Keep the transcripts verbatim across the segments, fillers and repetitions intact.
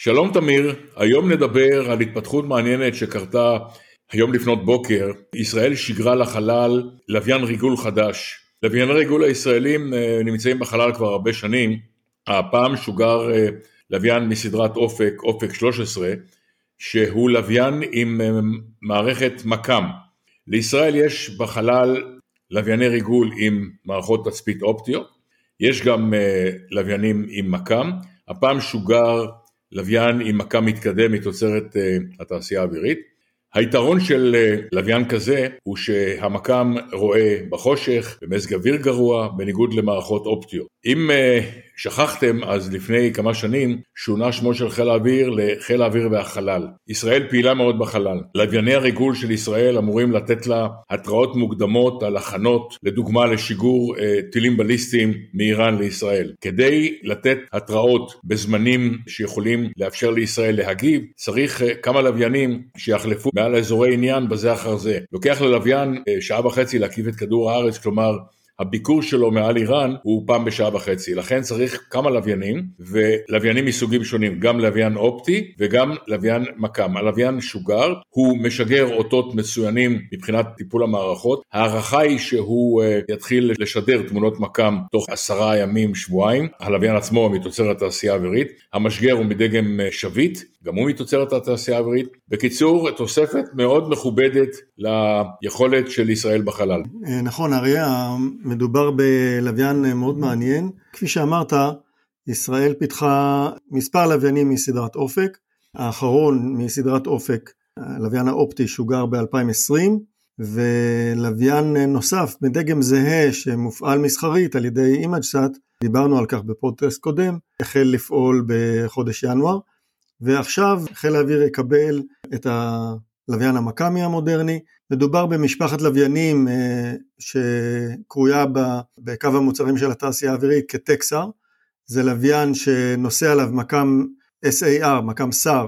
שלום תמיר, היום נדבר על התפתחות מעניינת שקרתה היום לפנות בוקר. ישראל שיגרה לחלל לוויין ריגול חדש. לווייני ריגול הישראלים נמצאים בחלל כבר הרבה שנים. הפעם שוגר לוויין מסדרת אופק, אופק שלוש עשרה, שהוא לוויין עם מערכת מקם. לישראל יש בחלל לווייני ריגול עם מערכות תצפית אופטיות, יש גם לוויינים עם מקם. הפעם שוגר לוויין עם מקם מתקדם מתוצרת התעשייה האווירית. היתרון של לוויין כזה הוא שהמקם רואה בחושך, במזג אוויר גרוע, בניגוד למערכות אופטיות. אם שכחתם, אז לפני כמה שנים שונה שמו של חיל האוויר לחיל האוויר והחלל. ישראל פעילה מאוד בחלל. לווייני הריגול של ישראל אמורים לתת לה התראות מוקדמות על הכנות, לדוגמה לשיגור טילים בליסטיים מאיראן לישראל. כדי לתת התראות בזמנים שיכולים לאפשר לישראל להגיב, צריך כמה לוויינים שיחלפו מעל אזורי עניין בזה אחר זה. לוקח ללוויין שעה וחצי להקיף את כדור הארץ, כלומר הביקור שלו מעל איראן הוא פעם בשעה וחצי, לכן צריך כמה לוויינים, ולוויינים מסוגים שונים, גם לוויין אופטי וגם לוויין מקם. הלוויין שוגר, הוא משגר אותות מצוינים מבחינת טיפול המערכות. הערכה היא שהוא יתחיל לשדר תמונות מקם תוך עשרה ימים, שבועיים. הלוויין עצמו מתוצרת התעשייה האווירית, המשגר הוא מדגם שביט, גם הוא מתוצרת התעשייה האווירית. בקיצור, תוספת מאוד מכובדת ליכולת של ישראל בחלל. נכון, אריה, מדובר בלוויין מאוד מעניין. כפי שאמרת, ישראל פיתחה מספר לוויינים מסדרת אופק. האחרון מסדרת אופק, הלוויין האופטי, שוגר ב-אלפיים ועשרים, ולוויין נוסף בדגם זהה שמופעל מסחרית על ידי אימג'סאט, דיברנו על כך בפודקאסט קודם, החל לפעול בחודש ינואר, ועכשיו חיל האוויר יקבל את הלוויין המקמי המודרני. מדובר במשפחת לוויינים שקרויה בקו המוצרים של התעשייה האווירית כטקסר. זה לוויין שנושא עליו מקם אס איי אר, מקם סאר,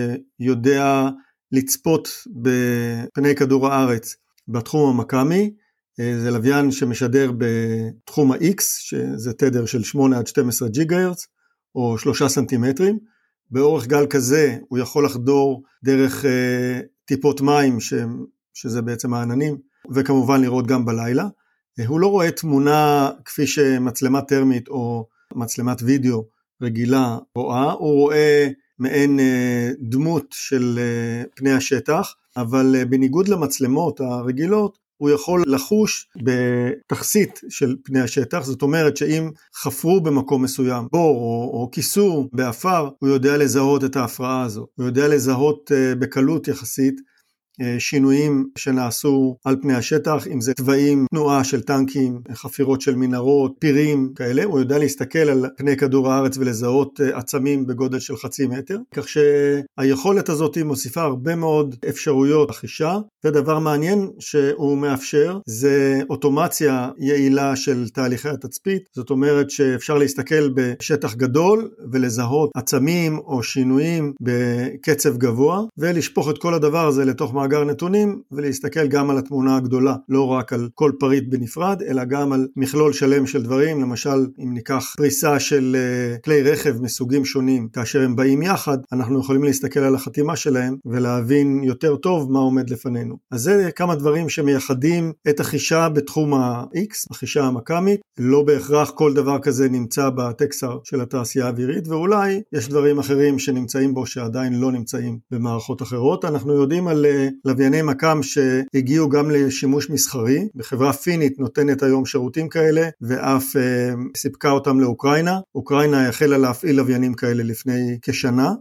שיודע לצפות בפני כדור הארץ בתחום המקמי. זה לוויין שמשדר בתחום ה-X, שזה תדר של שמונה עד שתים עשרה ג'יגה הרץ, או שלושה סנטימטרים. באורך גל כזה הוא יכול לחדור דרך אה, טיפות מים, ש, שזה בעצם העננים, וכמובן לראות גם בלילה. אה, הוא לא רואה תמונה כפי שמצלמה טרמית או מצלמת וידאו רגילה רואה, הוא רואה מעין אה, דמות של אה, פני השטח, אבל אה, בניגוד למצלמות הרגילות, הוא יכול לחוש בתכסית של פני השטח. זאת אומרת שאם חפרו במקום מסוים בור או, או כיסור באפר, הוא יודע לזהות את ההפרעה הזו, הוא יודע לזהות uh, בקלות יחסית uh, שינויים שנעשו על פני השטח, אם זה צבעים, תנועה של טנקים, חפירות של מנהרות, פירים כאלה. הוא יודע להסתכל על פני כדור הארץ ולזהות uh, עצמים בגודל של חצי מטר, כך שהיכולת הזאת מוסיפה הרבה מאוד אפשרויות חישה. ודבר מעניין שהוא מאפשר זה אוטומציה יעילה של תהליכי התצפית. זאת אומרת שאפשר להסתכל בשטח גדול ולזהות עצמים או שינויים בקצב גבוה, ולשפוך את כל הדבר הזה לתוך מאגר נתונים ולהסתכל גם על התמונה הגדולה, לא רק על כל פריט בנפרד, אלא גם על מכלול שלם של דברים. למשל, אם ניקח פריסה של כלי רכב מסוגים שונים, כאשר הם באים יחד, אנחנו יכולים להסתכל על החתימה שלהם ולהבין יותר טוב מה עומד לפנינו. אז זה כמה דברים שמייחדים את החישה בתחום ה-X, החישה המקמית. לא בהכרח כל דבר כזה נמצא בטקסר של התעשייה האווירית, ואולי יש דברים אחרים שנמצאים בו שעדיין לא נמצאים במערכות אחרות. אנחנו יודעים על לווייני מקם שהגיעו גם לשימוש מסחרי, בחברה פינית נותנת היום שירותים כאלה, ואף אה, סיפקה אותם לאוקראינה. אוקראינה החלה להפעיל לוויינים כאלה לפני כשנה,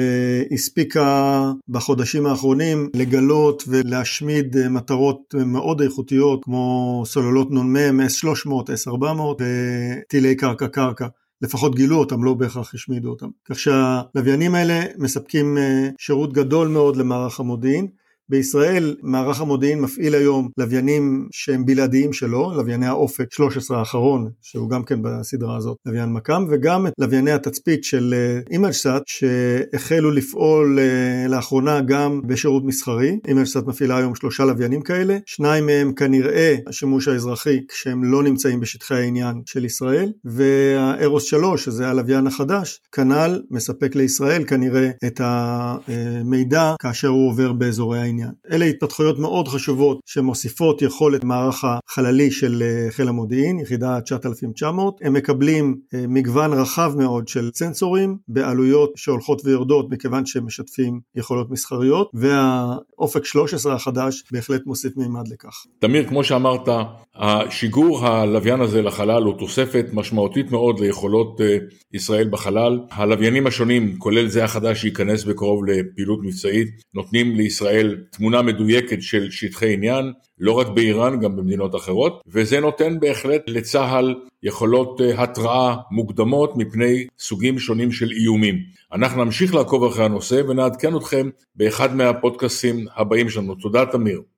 והספיקה בחודשים האחרונים לגלות ולהשמיד מטרות מאוד איכותיות, כמו סוללות נון-מם, אס שלוש מאות, אס ארבע מאות, וטילי קרקע-קרקע. לפחות גילו אותם, לא בהכרח השמידו אותם. כך שהלוויינים האלה מספקים שירות גדול מאוד למערך המודיעין, בישראל מערך המודיעין מפעיל היום לוויינים שהם בלעדיים שלו, לווייני האופק שלוש עשרה האחרון, שהוא גם כן בסדרה הזאת לוויין מקם, וגם את לווייני התצפית של אימג'סאט, שהחלו לפעול לאחרונה גם בשירות מסחרי. אימג'סאט מפעילה היום שלושה לוויינים כאלה, שניים מהם כנראה השימוש האזרחי כשהם לא נמצאים בשטחי העניין של ישראל, והאירוס שלוש, שזה הלוויין החדש, כנ"ל מספק לישראל כנראה את המידע כאשר הוא עובר באזורי העניין. אלה התפתחויות מאוד חשובות שמוסיפות יכולת מערך החללי של חיל המודיעין, יחידה תשעת אלפים ותשע מאות. הם מקבלים מגוון רחב מאוד של סנסורים בעלויות שהולכות ויורדות מכיוון שהם משתפים יכולות מסחריות, והאופק שלוש עשרה החדש בהחלט מוסיף מימד לכך. תמיר, כמו שאמרת, השיגור הלוויין הזה לחלל הוא תוספת משמעותית מאוד ליכולות ישראל בחלל. הלוויינים השונים, כולל זה החדש שייכנס בקרוב לפעילות מבצעית, נותנים לישראל תמונה מדויקת של שטחי עניין, לא רק באיראן, גם במדינות אחרות, וזה נותן בהחלט לצהל יכולות התראה מוקדמות מפני סוגים שונים של איומים. אנחנו נמשיך לעקוב אחרי הנושא ונעדכן אתכם באחד מהפודקאסטים הבאים שלנו. תודה תמיר.